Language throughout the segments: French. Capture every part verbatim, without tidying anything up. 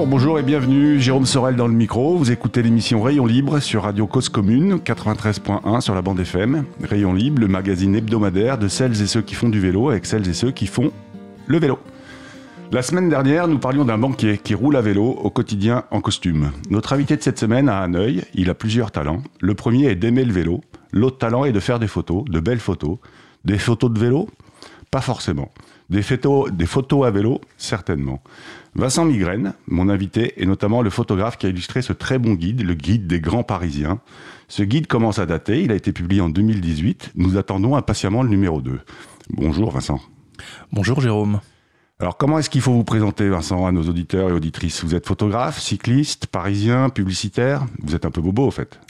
bonjour et bienvenue, Jérôme Sorel dans le micro. Vous écoutez l'émission Rayon Libre sur Radio Cause Commune, quatre-vingt-treize point un sur la bande F M. Rayon Libre, le magazine hebdomadaire de celles et ceux qui font du vélo avec celles et ceux qui font le vélo. La semaine dernière, nous parlions d'un banquier qui roule à vélo au quotidien en costume. Notre invité de cette semaine a un œil, il a plusieurs talents. Le premier est d'aimer le vélo, l'autre talent est de faire des photos, de belles photos. Des photos de vélo ? Pas forcément. Des photos, des photos à vélo ? Certainement. Vincent Migraine, mon invité, est notamment le photographe qui a illustré ce très bon guide, le guide des grands Parisiens. Ce guide commence à dater, il a été publié en deux mille dix-huit. Nous attendons impatiemment le numéro deux. Bonjour Vincent. Bonjour Jérôme. Alors comment est-ce qu'il faut vous présenter, Vincent, à nos auditeurs et auditrices ? Vous êtes photographe, cycliste, parisien, publicitaire ? Vous êtes un peu bobo, en fait.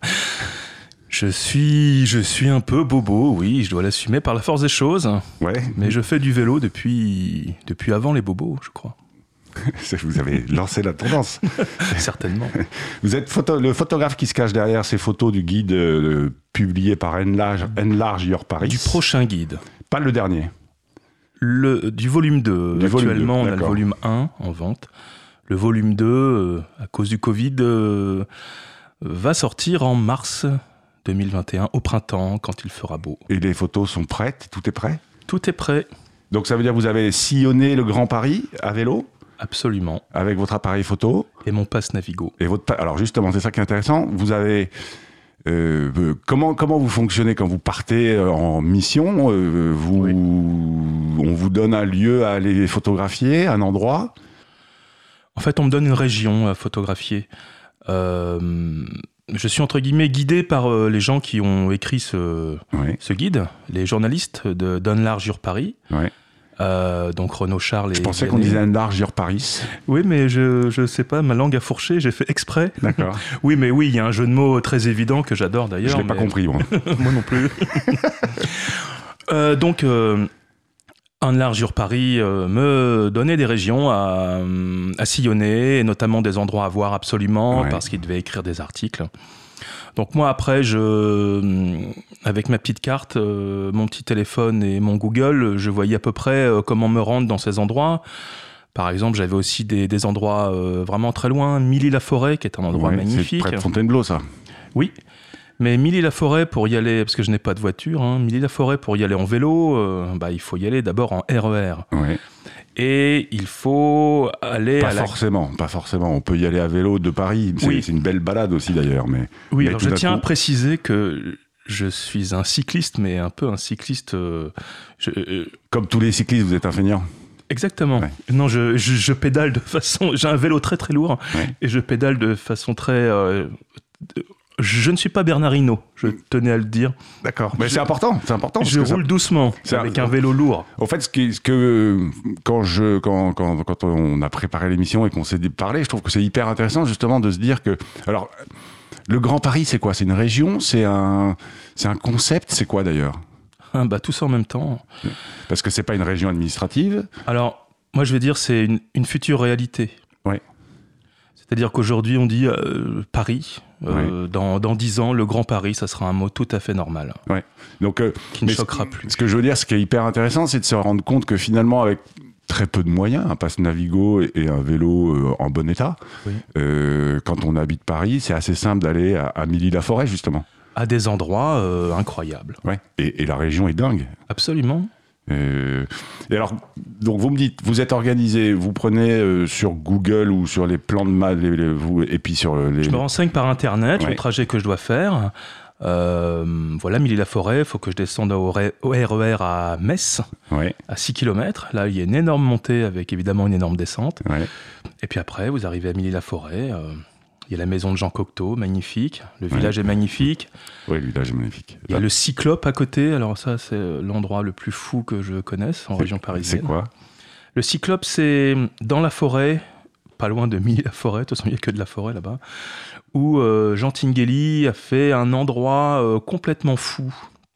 Je suis, je suis un peu bobo, oui, je dois l'assumer par la force des choses. Ouais. Mais je fais du vélo depuis, depuis avant les bobos, je crois. Vous avez lancé la tendance. Certainement. Vous êtes photo, le photographe qui se cache derrière ces photos du guide euh, publié par Enlarge, Enlarge Your Paris. Du prochain guide. Pas le dernier. Le, du volume deux. Du Actuellement, volume deux, on a le volume un en vente. Le volume deux, euh, à cause du Covid, euh, va sortir en mars deux mille vingt et un, au printemps, quand il fera beau. Et les photos sont prêtes ? Tout est prêt ? Tout est prêt. Donc ça veut dire que vous avez sillonné le Grand Paris à vélo ? Absolument. Avec votre appareil photo ? Et mon passe Navigo. Et votre pa- Alors justement, c'est ça qui est intéressant. Vous avez... Euh, euh, comment, comment vous fonctionnez quand vous partez en mission ? euh, vous, Oui. On vous donne un lieu à aller photographier, un endroit ? En fait, on me donne une région à photographier. Euh, je suis entre guillemets guidé par euh, les gens qui ont écrit ce, Oui. ce guide, les journalistes de d'Enlarge Your Paris. Oui. Euh, donc Renaud Charles et Je pensais qu'on Vianney. disait Enlarge Your Paris. Oui, mais je je sais pas, ma langue a fourché, j'ai fait exprès. D'accord. Oui, mais oui, il y a un jeu de mots très évident que j'adore d'ailleurs. Je l'ai pas mais- compris, moi. Moi non plus. Euh, donc, euh, Enlarge Your Paris euh, me donnait des régions à, à sillonner, et notamment des endroits à voir absolument, Ouais. parce qu'il devait écrire des articles. Donc moi, après, je, avec ma petite carte, euh, mon petit téléphone et mon Google, je voyais à peu près euh, comment me rendre dans ces endroits. Par exemple, j'avais aussi des, des endroits euh, vraiment très loin. Milly-la-Forêt, qui est un endroit Ouais, magnifique. C'est près de Fontainebleau, ça. Oui, mais Milly-la-Forêt, pour y aller, parce que je n'ai pas de voiture, hein, Milly-la-Forêt, pour y aller en vélo, euh, bah, il faut y aller d'abord en R E R. Ouais. Et il faut aller Pas à la... forcément, pas forcément. On peut y aller à vélo de Paris. C'est, Oui. c'est une belle balade aussi, d'ailleurs. Mais, Oui, mais alors tout je d'un tiens coup- à préciser que je suis un cycliste, mais un peu un cycliste... euh, je- euh, Comme tous les cyclistes, vous êtes un feignant. Exactement. Ouais. Non, je, je, je pédale de façon... J'ai un vélo très très lourd, Ouais. et je pédale de façon très... euh, je ne suis pas Bernard Hinault, je tenais à le dire. D'accord. Mais Je- c'est important, c'est important. parce Je que ça- roule doucement, c'est un- avec un vélo lourd. En fait, ce, qui, ce que quand je quand, quand quand on a préparé l'émission et qu'on s'est parlé, je trouve que c'est hyper intéressant justement de se dire que alors le Grand Paris, c'est quoi ? C'est une région ? C'est un c'est un concept ? C'est quoi d'ailleurs ? Ah, bah, tout ça en même temps. Parce que c'est pas une région administrative. Alors, moi, je vais dire, c'est une, une future réalité. Ouais. C'est-à-dire qu'aujourd'hui, on dit euh, Paris. Euh, dans, dans dix ans, le Grand Paris, ça sera un mot tout à fait normal, Ouais. Donc euh, qui ne mais choquera ce, plus. Ce que je veux dire, ce qui est hyper intéressant, c'est de se rendre compte que finalement, avec très peu de moyens, un passe Navigo et, et un vélo euh, en bon état, Oui. euh, quand on habite Paris, c'est assez simple d'aller à, à Milly-la-Forêt, justement. À des endroits euh, incroyables. Ouais. Et, et la région est dingue. Absolument. Euh, et alors, donc vous me dites, vous êtes organisé, vous prenez euh, sur Google ou sur les plans de maths, les, les- vous, et puis sur les... Je me renseigne par Internet, Ouais. le trajet que je dois faire. Euh, voilà, Milly-la-Forêt, il faut que je descende au, R- au R E R à Metz, Ouais, à six kilomètres. Là, il y a une énorme montée avec évidemment une énorme descente. ouais. Et puis après, vous arrivez à Milly-la-Forêt. euh, Il y a la maison de Jean Cocteau, magnifique. Le Ouais. village est magnifique. Ouais, lui, là, c'est magnifique. Il y a le Cyclope à côté. Alors ça, c'est l'endroit le plus fou que je connaisse en C'est- région parisienne. C'est quoi ? Le Cyclope, c'est dans la forêt, pas loin de Milly-la-Forêt, de toute façon, il n'y a que de la forêt là-bas, où euh, Jean Tinguely a fait un endroit euh, complètement fou.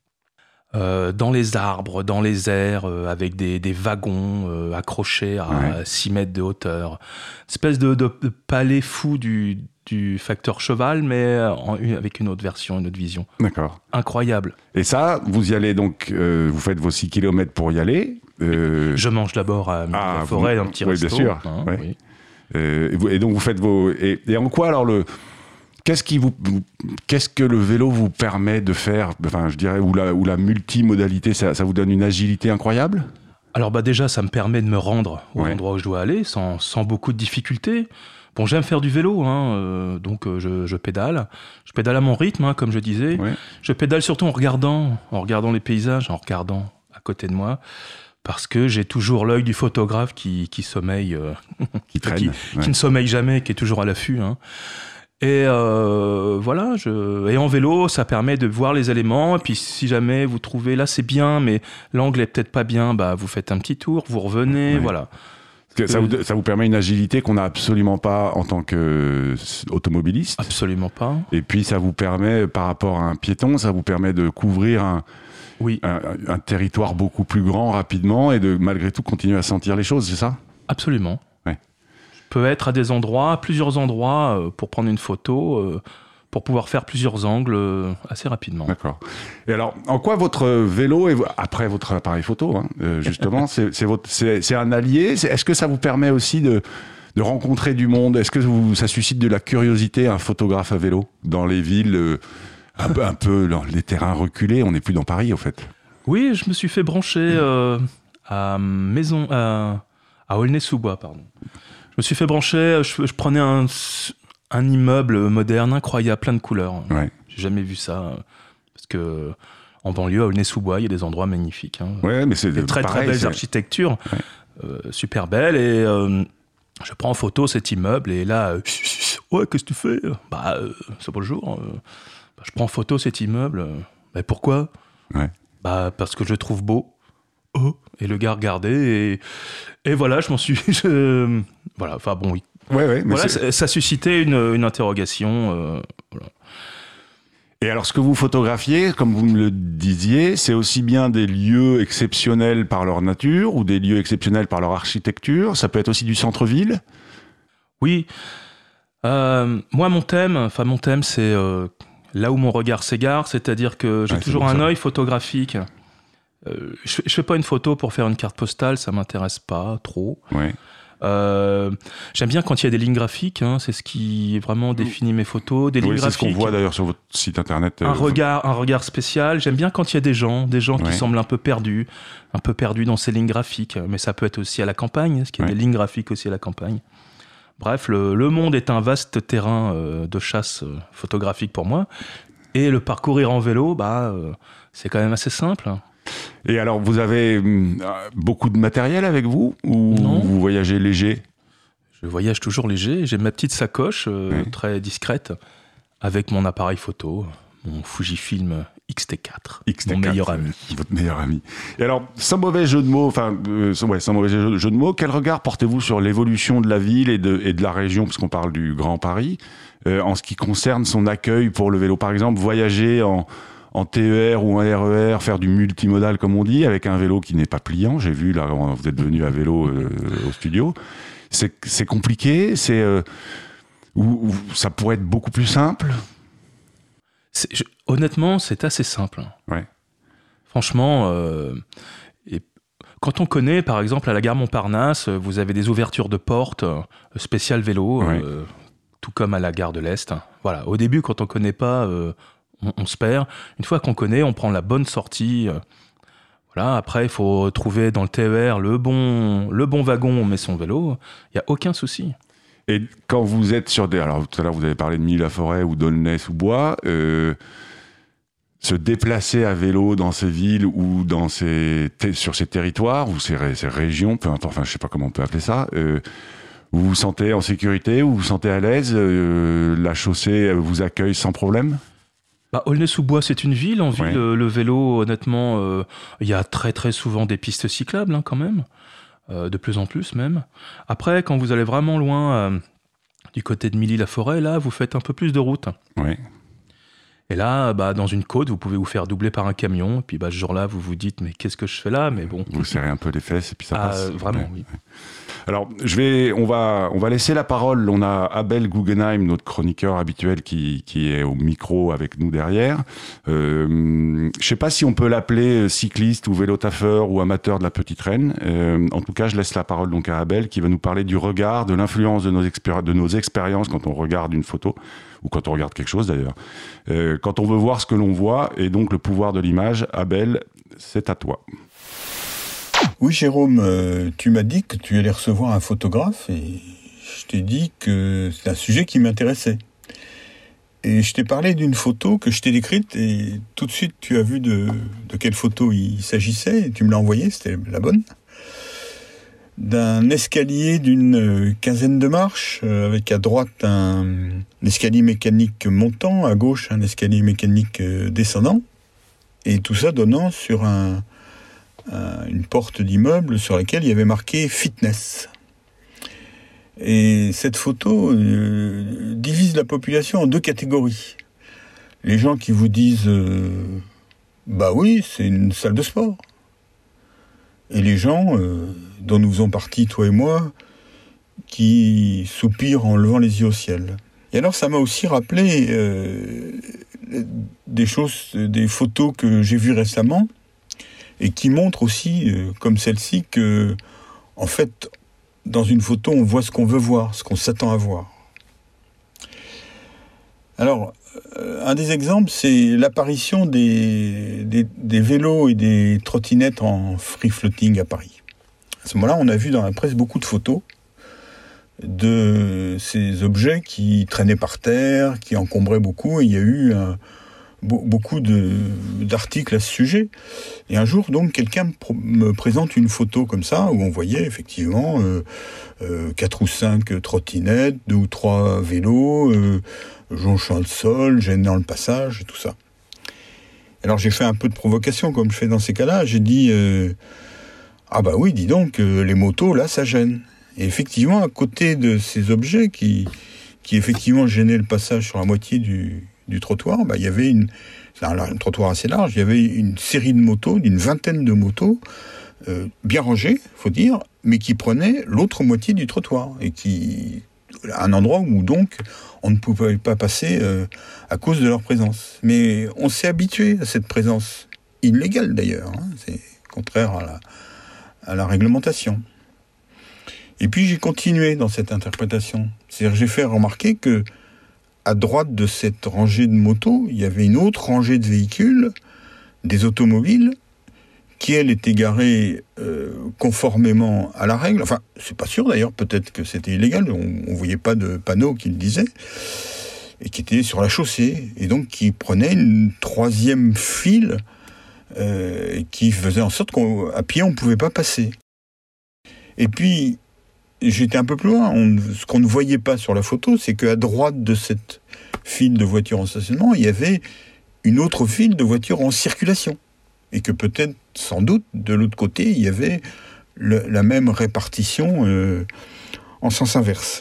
Euh, dans les arbres, dans les airs, euh, avec des, des wagons euh, accrochés à Ouais. six mètres de hauteur. Une espèce de, de, de palais fou du, du facteur cheval, mais en- avec une autre version, une autre vision. D'accord. Incroyable. Et ça, vous y allez donc, euh, vous faites vos six kilomètres pour y aller. euh, Je mange d'abord à Ah, la forêt, vous- un petit oui, resto. bien sûr, hein, ouais. oui. Euh, et, vous, et donc vous faites vos... Et, et en quoi alors le... Qu'est-ce, qui vous, qu'est-ce que le vélo vous permet de faire, enfin, je dirais, ou la, ou la multimodalité, ça, ça vous donne une agilité incroyable ? Alors bah déjà, ça me permet de me rendre au Ouais. endroit où je dois aller sans, sans beaucoup de difficultés. Bon, j'aime faire du vélo, hein, euh, donc euh, je, je pédale. Je pédale à mon rythme, hein, comme je disais. Ouais. Je pédale surtout en regardant, en regardant les paysages, en regardant à côté de moi, parce que j'ai toujours l'œil du photographe qui, qui sommeille, euh, Qui traîne. qui, ouais. qui ne sommeille jamais, qui est toujours à l'affût, hein. Et euh, voilà, je... et en vélo, ça permet de voir les éléments. Et puis si jamais vous trouvez, là c'est bien, mais l'angle est peut-être pas bien, bah vous faites un petit tour, vous revenez, Ouais. voilà. Parce que ça, vous, ça vous permet une agilité qu'on n'a absolument pas en tant qu'automobiliste. Absolument pas. Et puis ça vous permet, par rapport à un piéton, ça vous permet de couvrir un, Oui, un, un territoire beaucoup plus grand rapidement et de malgré tout continuer à sentir les choses, c'est ça ? absolument. Ouais. Je peux être à des endroits, à plusieurs endroits, euh, pour prendre une photo, euh, pour pouvoir faire plusieurs angles euh, assez rapidement. D'accord. Et alors, en quoi votre vélo, et vo- après votre appareil photo, hein, euh, justement, c'est, c'est, votre, c'est, c'est un allié c'est, Est-ce que ça vous permet aussi de, de rencontrer du monde ? Est-ce que vous, ça suscite de la curiosité, un photographe à vélo, dans les villes, euh, un, peu, un peu dans les terrains reculés ? On n'est plus dans Paris, au fait. Oui, je me suis fait brancher euh, à Maison, à, à Aulnay-sous-Bois, pardon. Je me suis fait brancher, je, je prenais un, un immeuble moderne, incroyable, plein de couleurs. Ouais. J'ai jamais vu ça. Parce que en banlieue, à Aulnay-sous-Bois, il y a des endroits magnifiques, hein. Ouais, mais c'est Des très pareil, très belles c'est- architectures, Ouais. euh, super belles. Et euh, je prends en photo cet immeuble et là, euh, ouais, qu'est-ce que tu fais ? Bah, euh, c'est pas le jour. euh. Bah, je prends en photo cet immeuble. euh. Mais pourquoi ? Ouais. Bah, parce que je le trouve beau. Oh. Et le gars regardait et, et voilà, je m'en suis. je- Voilà, enfin bon, oui. Ouais, ouais, mais Voilà, c'est- ça, ça suscitait une, une interrogation. euh, voilà. Et alors, ce que vous photographiez, comme vous me le disiez, c'est aussi bien des lieux exceptionnels par leur nature ou des lieux exceptionnels par leur architecture. Ça peut être aussi du centre-ville. Oui. Euh, moi, mon thème, enfin mon thème, c'est euh, là où mon regard s'égare, c'est-à-dire que j'ai Ouais, c'est toujours pour un ça. œil photographique. Euh, je, je fais pas une photo pour faire une carte postale, ça m'intéresse pas trop. Ouais. Euh, j'aime bien quand il y a des lignes graphiques, hein, c'est ce qui vraiment définit mes photos, des lignes Oui, c'est ce qu'on graphiques. voit d'ailleurs sur votre site internet. Un euh, regard, un regard spécial. J'aime bien quand il y a des gens, des gens Ouais. qui semblent un peu perdus, un peu perdus dans ces lignes graphiques. Mais ça peut être aussi à la campagne, parce qu'il y a Ouais. des lignes graphiques aussi à la campagne. Bref, le, le monde est un vaste terrain euh, de chasse euh, photographique pour moi. Et le parcourir en vélo, bah, euh, c'est quand même assez simple. Et alors, vous avez hum, euh, beaucoup de matériel avec vous ou Non. vous voyagez léger ? Je voyage toujours léger. J'ai ma petite sacoche euh, Ouais. très discrète avec mon appareil photo, mon Fujifilm X T quatre, X T quatre, mon meilleur euh, ami. Votre meilleur ami. Et alors, sans mauvais jeu de mots, enfin, euh, sans- ouais, sans mauvais jeu, jeu de mots, quel regard portez-vous sur l'évolution de la ville et de, et de la région, parce qu'on parle du Grand Paris, euh, en ce qui concerne son accueil pour le vélo ? Par exemple, voyager en, en T E R ou en R E R, faire du multimodal, comme on dit, avec un vélo qui n'est pas pliant. J'ai vu, là, vous êtes venu à vélo euh, au studio. C'est, c'est compliqué, c'est, euh, ou, ou ça pourrait être beaucoup plus simple. C'est- je- honnêtement, c'est assez simple. Ouais. Franchement, euh, et quand on connaît, par exemple, à la gare Montparnasse, euh, vous avez des ouvertures de portes euh, spéciales vélo, Ouais. euh, tout comme à la gare de l'Est. Voilà. Au début, quand on connaît pas, euh, on, on se perd. Une fois qu'on connaît, on prend la bonne sortie. euh, voilà. Après, il faut trouver dans le T E R le bon, le bon wagon, on met son vélo. Il n'y a aucun souci. Et quand vous êtes sur des... Alors, tout à l'heure, vous avez parlé de Milly-la-Forêt ou d'Aulnay-sous-Bois. Euh, se déplacer à vélo dans ces villes ou dans ces, te- sur ces territoires ou ces, ré- ces régions, peu importe, enfin, je sais pas comment on peut appeler ça, euh, vous vous sentez en sécurité, vous vous sentez à l'aise, euh, la chaussée vous accueille sans problème ? Bah, Aulnay-sous-Bois, c'est une ville. En ville, Ouais. le, le vélo, honnêtement, euh, il y a très très souvent des pistes cyclables, hein, quand même. Euh, de plus en plus même. Après, quand vous allez vraiment loin, euh, du côté de Milly-la-Forêt, là, vous faites un peu plus de route. Ouais. Et là, bah, dans une côte, vous pouvez vous faire doubler par un camion. Et puis bah, ce jour-là, vous vous dites, mais qu'est-ce que je fais là? Mais bon. Vous serrez un peu les fesses et puis ça ah, passe. Vraiment, ouais. oui. Alors, je vais, on va, on va laisser la parole. On a Abel Guggenheim, notre chroniqueur habituel, qui, qui est au micro avec nous derrière. Euh, je ne sais pas si on peut l'appeler cycliste ou vélo-taffeur ou amateur de la petite reine. Euh, en tout cas, je laisse la parole donc à Abel, qui va nous parler du regard, de l'influence de nos, expéri- de nos expériences quand on regarde une photo, ou quand on regarde quelque chose d'ailleurs. Euh, quand on veut voir ce que l'on voit, et donc le pouvoir de l'image. Abel, c'est à toi. Oui, Jérôme, euh, tu m'as dit que tu allais recevoir un photographe et je t'ai dit que c'est un sujet qui m'intéressait. Et je t'ai parlé d'une photo que je t'ai décrite et tout de suite tu as vu de, de quelle photo il s'agissait et tu me l'as envoyée, c'était la bonne. D'un escalier d'une quinzaine de marches, avec à droite un, un escalier mécanique montant, à gauche un escalier mécanique descendant, et tout ça donnant sur un, un, une porte d'immeuble sur laquelle il y avait marqué « Fitness ». Et cette photo euh, divise la population en deux catégories. Les gens qui vous disent euh, « bah oui, c'est une salle de sport ». Et les gens euh, dont nous faisons partie, toi et moi, qui soupirent en levant les yeux au ciel. Et alors ça m'a aussi rappelé euh, des choses, des photos que j'ai vues récemment, et qui montrent aussi, euh, comme celle-ci, que, en fait, dans une photo, on voit ce qu'on veut voir, ce qu'on s'attend à voir. Alors, euh, un des exemples, c'est l'apparition des, des, des vélos et des trottinettes en free floating à Paris. À ce moment-là, on a vu dans la presse beaucoup de photos de ces objets qui traînaient par terre, qui encombraient beaucoup, et il y a eu un, be- beaucoup de, d'articles à ce sujet. Et un jour, donc, quelqu'un me, pro- me présente une photo comme ça, où on voyait effectivement euh, euh, quatre ou cinq trottinettes, deux ou trois vélos, euh, jonchant le sol, gênant le passage, et tout ça. Alors j'ai fait un peu de provocation, comme je fais dans ces cas-là. J'ai dit euh, « Ah bah oui, dis donc, euh, les motos, là, ça gêne ». Et effectivement, à côté de ces objets qui, qui effectivement gênaient le passage sur la moitié du, du trottoir, bah, il y avait une, c'est un, un trottoir assez large, il y avait une série de motos, d'une vingtaine de motos, euh, bien rangées, faut dire, mais qui prenaient l'autre moitié du trottoir, et qui, un endroit où donc on ne pouvait pas passer euh, à cause de leur présence. Mais on s'est habitué à cette présence, illégale d'ailleurs, hein, c'est contraire à la, à la réglementation. Et puis j'ai continué dans cette interprétation. C'est-à-dire j'ai fait remarquer que à droite de cette rangée de motos, il y avait une autre rangée de véhicules, des automobiles, qui elles étaient garées euh, conformément à la règle. Enfin, c'est pas sûr d'ailleurs, peut-être que c'était illégal, on, on voyait pas de panneau qui le disait, et qui étaient sur la chaussée, et donc qui prenaient une troisième file euh, qui faisait en sorte qu'à pied on pouvait pas passer. Et puis j'étais un peu plus loin. On, ce qu'on ne voyait pas sur la photo, c'est qu'à droite de cette file de voitures en stationnement, il y avait une autre file de voitures en circulation. Et que peut-être, sans doute, de l'autre côté, il y avait le, la même répartition euh, en sens inverse.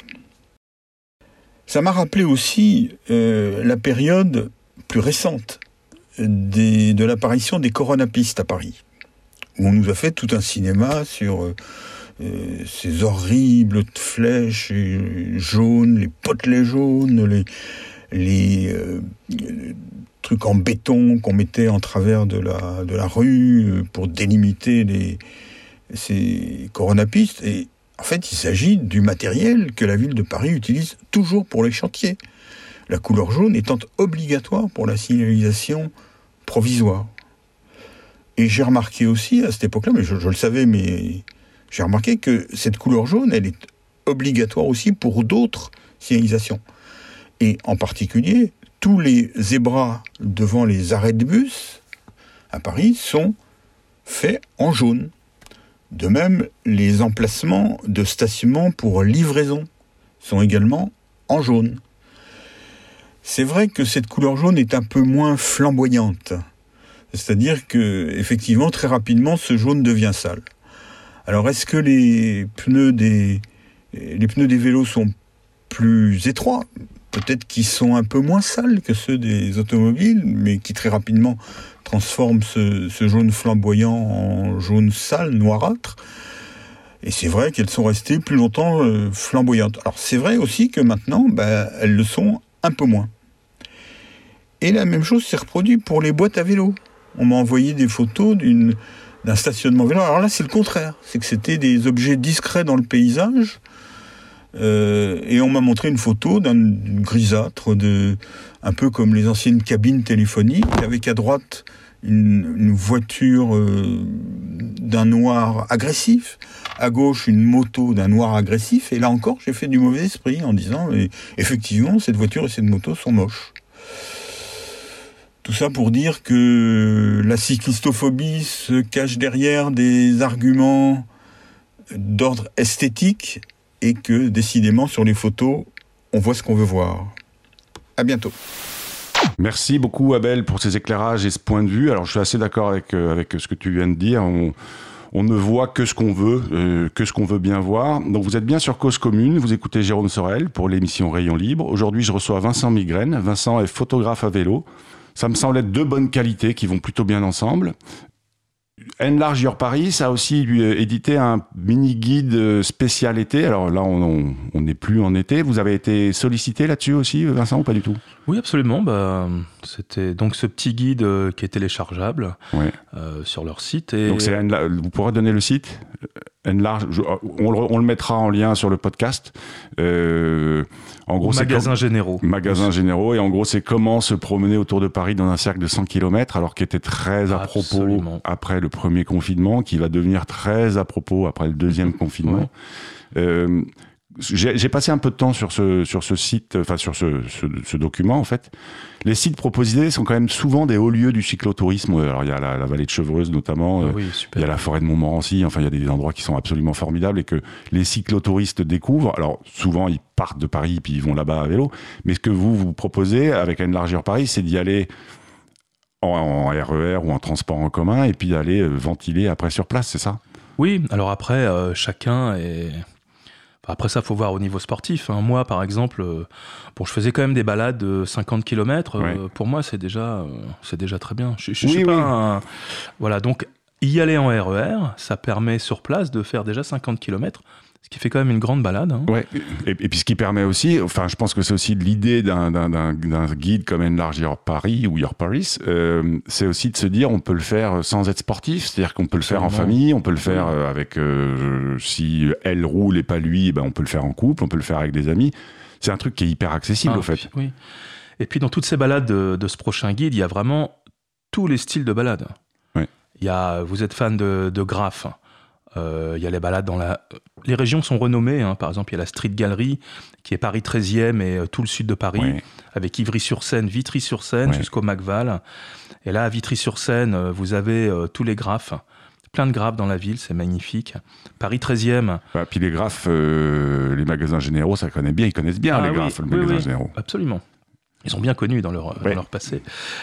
Ça m'a rappelé aussi euh, la période plus récente des, de l'apparition des coronapistes à Paris, où on nous a fait tout un cinéma sur... Euh, Euh, ces horribles flèches jaunes, les potelets jaunes, les, les euh, trucs en béton qu'on mettait en travers de la, de la rue pour délimiter les, ces coronapistes. Et en fait, il s'agit du matériel que la ville de Paris utilise toujours pour les chantiers. La couleur jaune étant obligatoire pour la signalisation provisoire. Et j'ai remarqué aussi à cette époque-là, mais je, je le savais, mais... j'ai remarqué que cette couleur jaune, elle est obligatoire aussi pour d'autres signalisations. Et en particulier, tous les zébras devant les arrêts de bus à Paris sont faits en jaune. De même, les emplacements de stationnement pour livraison sont également en jaune. C'est vrai que cette couleur jaune est un peu moins flamboyante. C'est-à-dire que, effectivement, très rapidement, ce jaune devient sale. Alors, est-ce que les pneus des, les pneus des vélos sont plus étroits ? peut-être qui sont un peu moins sales que ceux des automobiles, mais qui très rapidement transforment ce, ce jaune flamboyant en jaune sale, noirâtre. Et c'est vrai qu'elles sont restées plus longtemps euh, flamboyantes. Alors c'est vrai aussi que maintenant, bah, elles le sont un peu moins. Et la même chose s'est reproduite pour les boîtes à vélo. On m'a envoyé des photos d'une, d'un stationnement vélo. Alors là, c'est le contraire. C'est que c'était des objets discrets dans le paysage. Euh, et on m'a montré une photo d'un grisâtre, de, un peu comme les anciennes cabines téléphoniques, avec à droite une, une voiture euh, d'un noir agressif, à gauche une moto d'un noir agressif, et là encore j'ai fait du mauvais esprit en disant mais, effectivement cette voiture et cette moto sont moches. Tout ça pour dire que la cyclistophobie se cache derrière des arguments d'ordre esthétique et que décidément sur les photos on voit ce qu'on veut voir. À bientôt. Merci beaucoup Abel pour ces éclairages et ce point de vue. Alors je suis assez d'accord avec, euh, avec ce que tu viens de dire. On, on ne voit que ce qu'on veut, euh, que ce qu'on veut bien voir. Donc vous êtes bien sur Cause Commune, vous écoutez Jérôme Sorel pour l'émission Rayon Libre. Aujourd'hui je reçois Vincent Migraine. Vincent est photographe à vélo. Ça me semble être deux bonnes qualités qui vont plutôt bien ensemble. Enlarge Your Paris a aussi lui, édité un mini-guide spécial été. Alors là, on n'est plus en été. Vous avez été sollicité là-dessus aussi, Vincent, ou pas du tout ? Oui, absolument. Bah, c'était donc ce petit guide euh, qui est téléchargeable ouais. euh, sur leur site. Et... Donc c'est Enla... vous pourrez donner le site ? Enlarge, on, le, on le mettra en lien sur le podcast. Euh, en gros, Magasins comme... généraux. Magasins généraux. Et en gros, c'est comment se promener autour de Paris dans un cercle de cent kilomètres, alors qu'il était très à Absolument. propos après le premier confinement, qui va devenir très à propos après le deuxième confinement. Ouais. Euh, J'ai, j'ai passé un peu de temps sur ce, sur ce site, enfin sur ce, ce, ce document en fait. Les sites proposés sont quand même souvent des hauts lieux du cyclotourisme. Alors il y a la, la vallée de Chevreuse notamment, ah oui, il y a la forêt de Montmorency, enfin il y a des endroits qui sont absolument formidables et que les cyclotouristes découvrent. Alors souvent ils partent de Paris puis ils vont là-bas à vélo. Mais ce que vous vous proposez avec Enlarge Your Paris, c'est d'y aller en, en R E R ou en transport en commun et puis d'aller ventiler après sur place, c'est ça ? Oui, alors après euh, chacun est... Après ça, il faut voir au niveau sportif. Hein. Moi, par exemple, euh, bon, je faisais quand même des balades de cinquante kilomètres. Ouais. Euh, pour moi, c'est déjà, euh, c'est déjà très bien. Je, je, oui, je suis oui. pas un... Voilà, donc y aller en R E R, ça permet sur place de faire déjà cinquante kilomètres, ce qui fait quand même une grande balade. Hein. Ouais. Et, et puis ce qui permet aussi, enfin, je pense que c'est aussi l'idée d'un, d'un, d'un, d'un guide comme Enlarge Your Paris ou Your Paris, euh, c'est aussi de se dire on peut le faire sans être sportif, c'est-à-dire qu'on peut Absolument. le faire en famille, on peut le faire euh, avec, euh, si elle roule et pas lui, ben on peut le faire en couple, on peut le faire avec des amis. C'est un truc qui est hyper accessible ah, au fait. Puis, oui. Et puis dans toutes ces balades de, de ce prochain guide, il y a vraiment tous les styles de balades. Ouais. Il y a, vous êtes fan de, de graphes. Il euh, y a les balades dans la... Les régions sont renommées, hein. Par exemple, il y a la Street Gallery, qui est Paris treizième et euh, tout le sud de Paris, ouais. avec Ivry-sur-Seine, Vitry-sur-Seine, ouais. jusqu'au Macval. Et là, à Vitry-sur-Seine, euh, vous avez euh, tous les graphes, plein de graphes dans la ville, c'est magnifique. Paris treizième. Ouais, puis les graphes, euh, les magasins généraux, ça connaît bien, ils connaissent bien ah, les oui, graphes, les oui, magasins oui, généraux. Absolument. Ils sont bien connus dans leur, ouais. dans leur passé.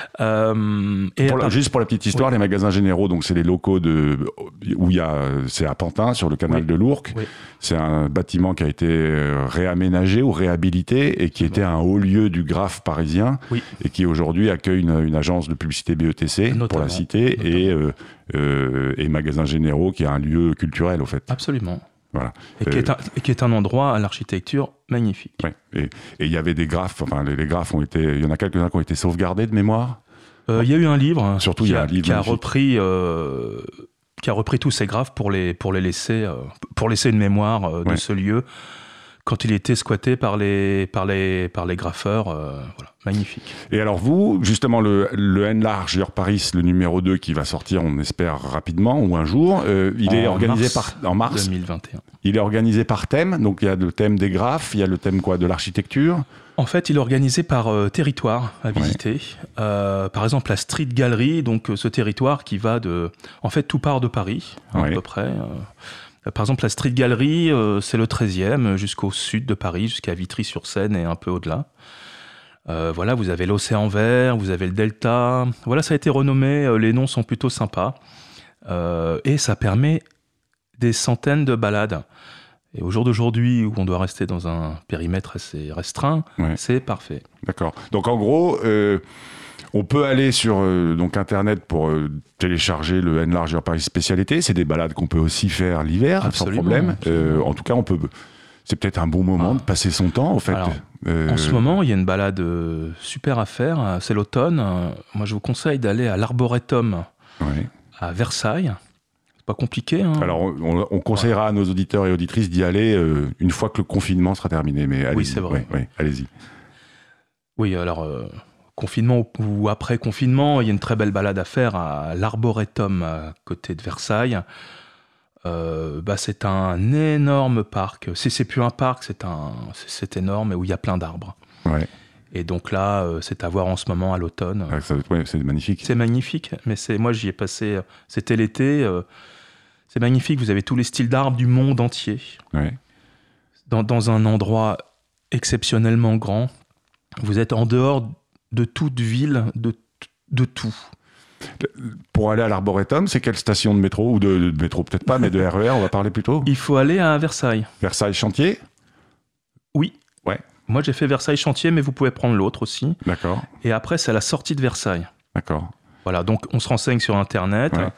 Euh, et pour la, juste pour la petite histoire, oui. les magasins généraux, donc c'est les locaux de où il y a, c'est à Pantin sur le canal oui. de l'Ourcq. Oui. C'est un bâtiment qui a été réaménagé ou réhabilité et qui était un haut lieu du graphe parisien oui. et qui aujourd'hui accueille une, une agence de publicité B E T C Notamment. pour la cité Notamment. et euh, euh, et magasins généraux qui est un lieu culturel au fait. Absolument. Voilà. Et, euh, qui est un, et qui est un endroit à l'architecture magnifique. Ouais. Et il y avait des graphes, enfin les, les graphes ont été, il y en a quelques-uns qui ont été sauvegardés de mémoire. Il euh, y a eu un livre, surtout il y a un livre qui a repris, euh, qui a repris tous ces graphes pour les pour les laisser, euh, pour laisser une mémoire euh, de ouais. ce lieu quand il était squatté par les par les par les graffeurs. Euh, voilà, magnifique. Et alors vous, justement, le, le Enlarge Your Paris, le numéro deux qui va sortir, on espère rapidement ou un jour, euh, il en est organisé mars par en mars deux mille vingt et un. Il est organisé par thème, donc il y a le thème des graphes, il y a le thème quoi, de l'architecture. En fait, il est organisé par euh, territoire à visiter. Ouais. Euh, par exemple, la Street Gallery, donc ce territoire qui va de, en fait, tout part de Paris hein, ouais. à peu près. Euh, Par exemple, la Street Gallery, euh, c'est le treizième, jusqu'au sud de Paris, jusqu'à Vitry-sur-Seine et un peu au-delà. Euh, voilà, vous avez l'Océan Vert, vous avez le Delta. Voilà, ça a été renommé, euh, les noms sont plutôt sympas. Euh, et ça permet des centaines de balades. Et au jour d'aujourd'hui, où on doit rester dans un périmètre assez restreint, ouais. c'est parfait. D'accord. Donc en gros, euh, on peut aller sur euh, donc Internet pour euh, télécharger le Enlarger Paris Spécialité. C'est des balades qu'on peut aussi faire l'hiver, absolument, sans problème. Euh, en tout cas, on peut... C'est peut-être un bon moment ah. de passer son temps, en fait. Alors, euh... En ce moment, il y a une balade euh, super à faire. C'est l'automne. Euh, moi, je vous conseille d'aller à l'Arboretum ouais. à Versailles. C'est pas compliqué. Hein. Alors, on, on conseillera ouais. à nos auditeurs et auditrices d'y aller euh, une fois que le confinement sera terminé. Mais allez-y. Oui, c'est vrai. Ouais, ouais, allez-y. Oui, alors, euh, confinement ou après confinement, il y a une très belle balade à faire à l'Arboretum, à côté de Versailles. Euh, bah c'est un énorme parc. Si c'est plus un parc, c'est un, c'est énorme et où il y a plein d'arbres. Ouais. Et donc là, euh, c'est à voir en ce moment à l'automne. Ah, ça, ouais, c'est magnifique. C'est magnifique, mais c'est moi j'y ai passé. C'était l'été. Euh, c'est magnifique. Vous avez tous les styles d'arbres du monde entier. Ouais. Dans, dans un endroit exceptionnellement grand. Vous êtes en dehors de toute ville, de de tout. Pour aller à l'Arboretum, c'est quelle station de métro? Ou de, de métro, peut-être pas, mais de R E R, on va parler plutôt. Il faut aller à Versailles. Versailles Chantier? Oui. Ouais. Moi, j'ai fait Versailles Chantier, mais vous pouvez prendre l'autre aussi. D'accord. Et après, c'est à la sortie de Versailles. D'accord. Voilà, donc on se renseigne sur Internet, ouais.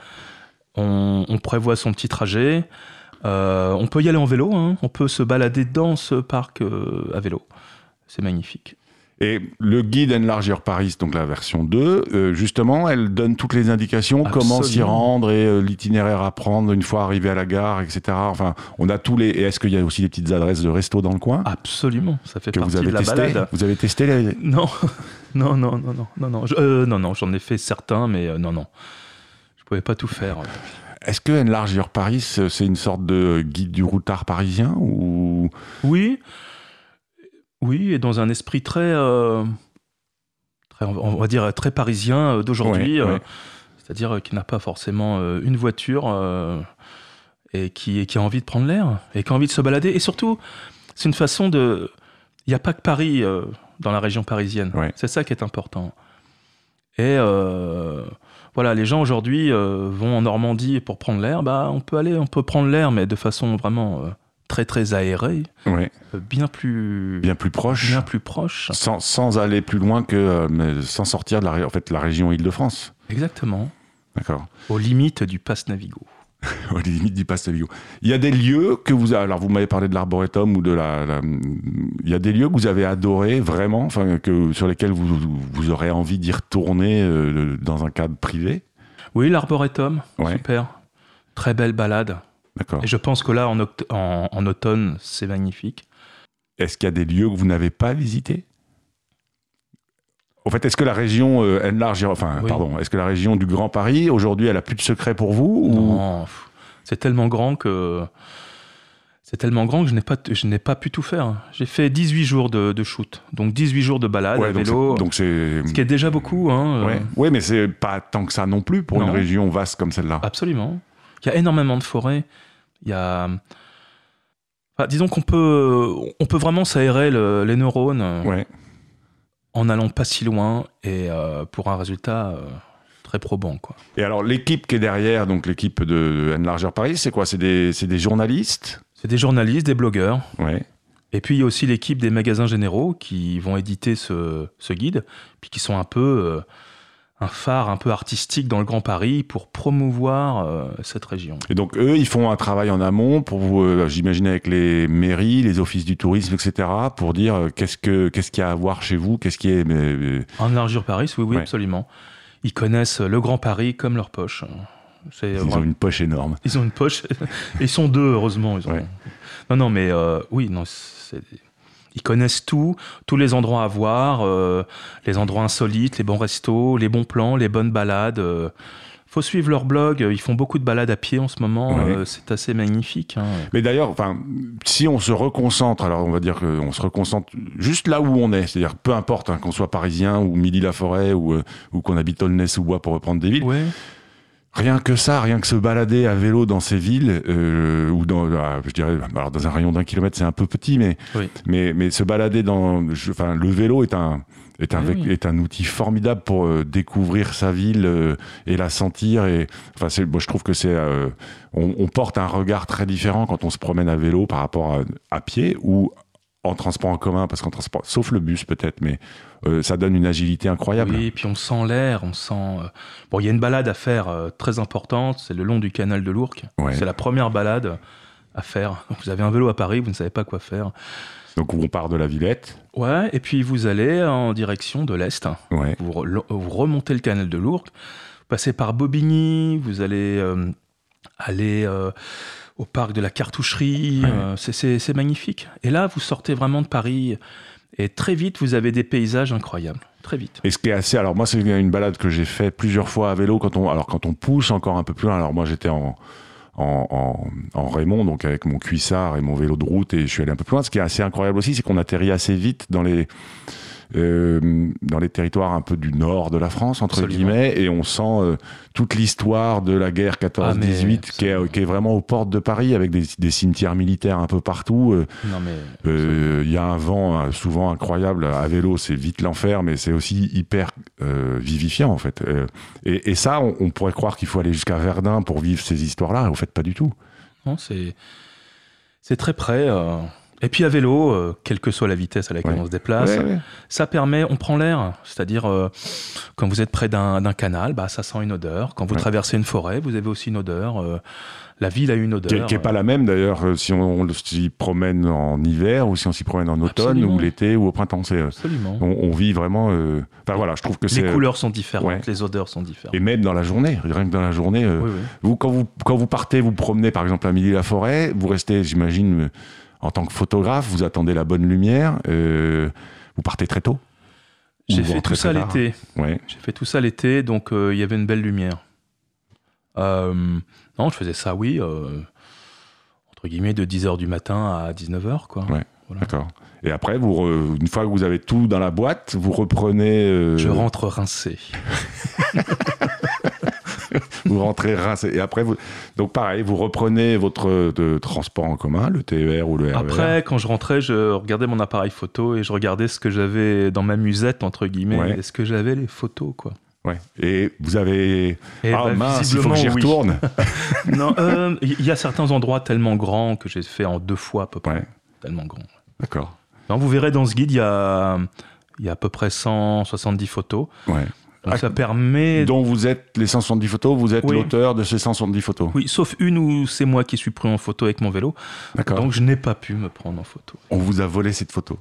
on, on prévoit son petit trajet. Euh, on peut y aller en vélo, hein. On peut se balader dans ce parc euh, à vélo. C'est magnifique. Et le guide Enlarger Paris, donc la version deux, euh, justement, elle donne toutes les indications, Absolument. Comment s'y rendre et euh, l'itinéraire à prendre une fois arrivé à la gare, et cetera. Enfin, on a tous les... Et est-ce qu'il y a aussi des petites adresses de resto dans le coin? Absolument, ça fait que partie vous avez de la testé balade. Vous avez testé les... Non, non, non, non, non, non, non, euh, non, non, j'en ai fait certains, mais euh, non, non, je pouvais pas tout faire. Est-ce que Enlarger Paris, c'est une sorte de guide du routard parisien ou... Oui. Oui, et dans un esprit très, euh, très, on va dire, très parisien d'aujourd'hui, ouais, euh, ouais. c'est-à-dire qui n'a pas forcément euh, une voiture euh, et qui, qui a envie de prendre l'air et qui a envie de se balader. Et surtout, c'est une façon de... Il n'y a pas que Paris euh, dans la région parisienne. Ouais. C'est ça qui est important. Et euh, voilà, les gens aujourd'hui euh, vont en Normandie pour prendre l'air. Bah, on peut aller, on peut prendre l'air, mais de façon vraiment... Euh, très très aéré, ouais. bien plus bien plus proche, bien plus proche, sans, sans aller plus loin que euh, mais sans sortir de la en fait la région Île-de-France. Exactement. D'accord. Aux limites du Pass Navigo. Aux limites du Pass Navigo. Il y a des lieux que vous alors vous m'avez parlé de l'Arboretum ou de la, la il y a des lieux que vous avez adorés vraiment, enfin que sur lesquels vous vous aurez envie d'y retourner euh, dans un cadre privé. Oui, l'Arboretum, ouais. Super, très belle balade. D'accord. Et je pense que là, en, oct- en, en automne, c'est magnifique. Est-ce qu'il y a des lieux que vous n'avez pas visités? En fait, est-ce que la région euh, Enlarger, enfin, oui. pardon, est-ce que la région du Grand Paris, aujourd'hui, elle a plus de secret pour vous? Non, ou... c'est tellement grand que c'est tellement grand que je n'ai pas, je n'ai pas pu tout faire. J'ai fait dix-huit jours de, de shoot, donc dix-huit jours de balade ouais, à donc vélo. C'est, donc c'est... Ce qui est déjà beaucoup. Hein, ouais. Euh... ouais, mais c'est pas tant que ça non plus pour non. une région vaste comme celle-là. Absolument. Il y a énormément de forêts. Il y a... Enfin, disons qu'on peut, on peut vraiment s'aérer le, les neurones ouais. en n'allant pas si loin et euh, pour un résultat euh, très probant, quoi. Et alors, l'équipe qui est derrière, donc l'équipe de Enlarger Paris, c'est quoi? C'est des, c'est des journalistes? C'est des journalistes, des blogueurs. Ouais. Et puis, il y a aussi l'équipe des magasins généraux qui vont éditer ce, ce guide, puis qui sont un peu... Euh, un phare un peu artistique dans le Grand Paris pour promouvoir euh, cette région. Et donc, eux, ils font un travail en amont pour vous, euh, j'imagine, avec les mairies, les offices du tourisme, et cetera, pour dire euh, qu'est-ce, que, qu'est-ce qu'il y a à voir chez vous, qu'est-ce qui est... Mais... Enlarger Paris, oui, oui, ouais. Absolument. Ils connaissent le Grand Paris comme leur poche. C'est, ils vraiment... ont une poche énorme. Ils ont une poche. Ils sont deux, heureusement. Ils ont... ouais. Non, non, mais euh, oui, non, c'est... Ils connaissent tout, tous les endroits à voir, euh, les endroits insolites, les bons restos, les bons plans, les bonnes balades. Euh. Faut suivre leur blog, ils font beaucoup de balades à pied en ce moment, ouais. euh, c'est assez magnifique. Hein. Mais d'ailleurs, enfin, si on se reconcentre, alors on va dire qu'on se reconcentre juste là où on est, c'est-à-dire peu importe hein, qu'on soit parisien ou Midi-la-Forêt ou, euh, ou qu'on habite Aulnay-sous-Bois pour reprendre des villes. Ouais. Rien que ça, rien que se balader à vélo dans ces villes, euh, ou dans, euh, je dirais, alors dans un rayon d'un kilomètre, c'est un peu petit, mais, oui. mais, mais se balader dans, je, enfin, le vélo est un, est un, Oui, oui. est un outil formidable pour euh, découvrir sa ville euh, et la sentir. Et, enfin, c'est, moi, je trouve que c'est, euh, on, on porte un regard très différent quand on se promène à vélo par rapport à, à pied ou en transport en commun, parce qu'en transport, sauf le bus peut-être, mais euh, ça donne une agilité incroyable. Oui, et puis on sent l'air, on sent... euh, Bon, il y a une balade à faire euh, très importante, c'est le long du canal de l'Ourcq. Ouais. C'est la première balade à faire. Vous avez un vélo à Paris, vous ne savez pas quoi faire. Donc on part de la Villette. Ouais, et puis vous allez en direction de l'Est. Ouais. Vous, re- vous remontez le canal de l'Ourcq, vous passez par Bobigny, vous allez euh, aller euh, au parc de la Cartoucherie. Ouais. euh, c'est, c'est- c'est magnifique. Et là, vous sortez vraiment de Paris et très vite, vous avez des paysages incroyables. Très vite. Et ce qui est assez, alors moi c'est une balade que j'ai fait plusieurs fois à vélo quand on, alors quand on pousse encore un peu plus loin. Alors moi j'étais en En, en, en Raymond, donc avec mon cuissard et mon vélo de route, et je suis allé un peu plus loin. Ce qui est assez incroyable aussi, c'est qu'on atterrit assez vite dans les, euh, dans les territoires un peu du nord de la France, entre Absolument. guillemets, et on sent euh, toute l'histoire de la guerre quatorze dix-huit Ah, mais qui, est, qui est vraiment aux portes de Paris, avec des, des cimetières militaires un peu partout. Euh, Non mais euh, Il y a un vent euh, souvent incroyable à vélo, c'est vite l'enfer, mais c'est aussi hyper euh, vivifiant en fait. Euh, et, et ça, on, on pourrait croire qu'il faut aller jusqu'à Verdun pour vivre ces histoires-là, en fait pas du tout. non, c'est c'est très près. euh. Et puis à vélo, euh, quelle que soit la vitesse à laquelle Ouais. on se déplace, Ouais, ouais. ça permet, on prend l'air. C'est-à-dire, euh, quand vous êtes près d'un, d'un canal, bah, ça sent une odeur. Quand vous Ouais. traversez une forêt, vous avez aussi une odeur. euh, la ville a une odeur. Qui est, qui est pas la même d'ailleurs euh, si on, on s'y promène en hiver ou si on s'y promène en automne Absolument. ou l'été ou au printemps. C'est, euh, Absolument. on, on vit vraiment. euh, Enfin voilà, je trouve que c'est. Les couleurs sont différentes, ouais. les odeurs sont différentes. Et même dans la journée, rien que dans la journée. euh, Oui, oui. Vous, quand vous quand vous partez, vous promenez par exemple à Milly-la-Forêt, vous restez, j'imagine, euh, en tant que photographe, vous attendez la bonne lumière. euh, vous partez très tôt. Ou J'ai vous fait rentrez tout ça très tard. l'été. Ouais. J'ai fait tout ça l'été, donc euh, il y avait une belle lumière. Euh, non, je faisais ça, oui, euh, entre guillemets, de dix heures du matin à dix-neuf heures, quoi. Ouais. Voilà. D'accord. Et après, vous re- une fois que vous avez tout dans la boîte, vous reprenez. euh, Je rentre rincé. Vous rentrez rincé. Et après, vous... donc pareil, vous reprenez votre euh, de transport en commun, le T E R ou le R E R. Après, quand je rentrais, je regardais mon appareil photo et je regardais ce que j'avais dans ma musette, entre guillemets. Ouais. Est-ce que j'avais les photos, quoi? Ouais. Et vous avez. Et ah bah, mince, il faut que j'y visiblement, oui. retourne. Non, euh, il y a certains endroits tellement grands que j'ai fait en deux fois à peu près. Ouais. Tellement grands. D'accord. Non, vous verrez dans ce guide, il y a, il y a à peu près cent soixante-dix photos. Ouais. Donc Ah, ça permet... dont vous êtes les cent soixante-dix photos, vous êtes Oui. l'auteur de ces cent soixante-dix photos. Oui, sauf une où c'est moi qui suis pris en photo avec mon vélo. D'accord. Donc je n'ai pas pu me prendre en photo. On vous a volé cette photo.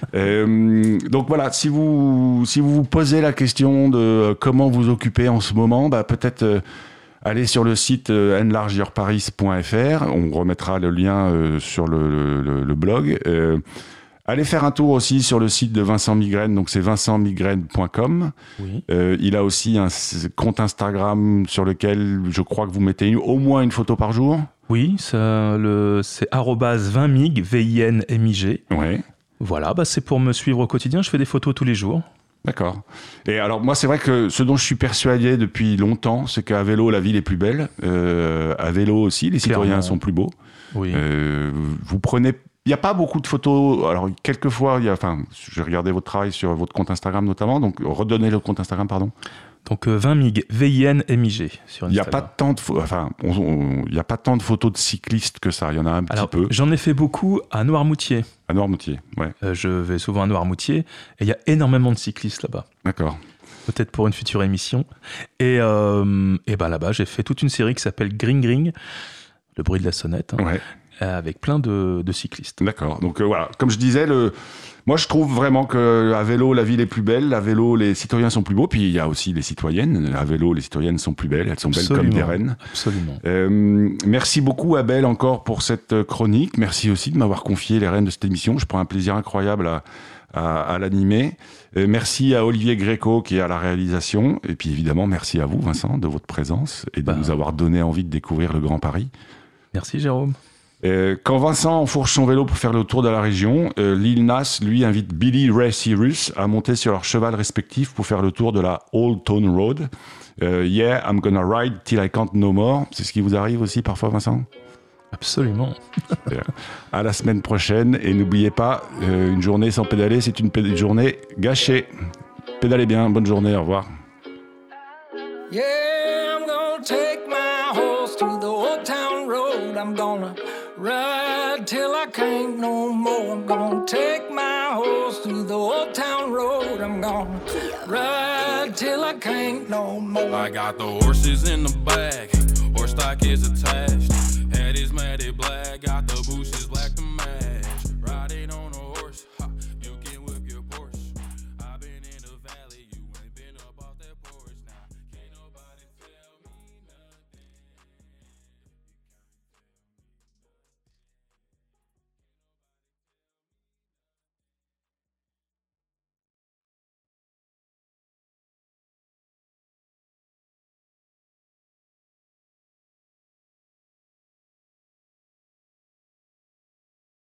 Euh, donc voilà, si vous, si vous vous posez la question de euh, comment vous occuper en ce moment, bah, peut-être euh, allez sur le site euh, enlarge your paris point f r. On remettra le lien euh, sur le, le, le blog. Euh, allez faire un tour aussi sur le site de Vincent Migraine, donc c'est vincent migraine point com. Oui. Euh, il a aussi un s- compte Instagram sur lequel je crois que vous mettez une- au moins une photo par jour. Oui, ça, le, c'est arobase vingt mig, V I N M I G. Ouais. Voilà, bah c'est pour me suivre au quotidien. Je fais des photos tous les jours. D'accord. Et alors moi c'est vrai que ce dont je suis persuadé depuis longtemps, c'est qu'à vélo la ville est plus belle. Euh, à vélo aussi les citoyens Clairement. sont plus beaux. Oui. Euh, vous prenez, il n'y a pas beaucoup de photos. Alors quelquefois, il y a, enfin, j'ai regardé votre travail sur votre compte Instagram notamment. Donc redonnez le compte Instagram, pardon. Donc euh, vingt mig, V I N M I G sur Il n'y a Instagram. pas tant de, pho- enfin, on- on- il y a pas tant de photos de cyclistes que ça. Il y en a un petit Alors, peu j'en ai fait beaucoup à Noirmoutier. à Noirmoutier. Ouais, Euh, je vais souvent à Noirmoutier et il y a énormément de cyclistes là-bas. d'accord. Peut-être pour une future émission. Et, euh, et ben là-bas, j'ai fait toute une série qui s'appelle Gring Gring, le bruit de la sonnette, hein, Ouais. avec plein de, de cyclistes. D'accord. Donc euh, voilà, comme je disais, le... moi je trouve vraiment que à vélo la ville est plus belle, à vélo les citoyens sont plus beaux, puis il y a aussi les citoyennes. À vélo les citoyennes sont plus belles, elles sont belles comme des reines. Absolument. Euh, merci beaucoup Abel encore pour cette chronique. Merci aussi de m'avoir confié les rênes de cette émission. Je prends un plaisir incroyable à, à, à l'animer. Euh, merci à Olivier Gréco qui est à la réalisation. Et puis évidemment merci à vous Vincent de votre présence et de Bah. nous avoir donné envie de découvrir le Grand Paris. Merci Jérôme. Euh, quand Vincent enfourche son vélo pour faire le tour de la région, euh, Lil Nas, lui, invite Billy Ray Cyrus à monter sur leur cheval respectif pour faire le tour de la Old Town Road. Euh, yeah, I'm gonna ride till I can't no more. C'est ce qui vous arrive aussi parfois, Vincent ? Absolument. À la semaine prochaine. Et n'oubliez pas, euh, une journée sans pédaler, c'est une, p- une journée gâchée. Pédalez bien, bonne journée, au revoir. Yeah, I'm gonna take my horse to the old town road. I'm gonna ride till I can't no more. I'm gonna take my horse to the old town road. I'm gonna ride till I can't no more. I got the horses in the bag, horse stock is attached. Head is matted black, got the bushes black to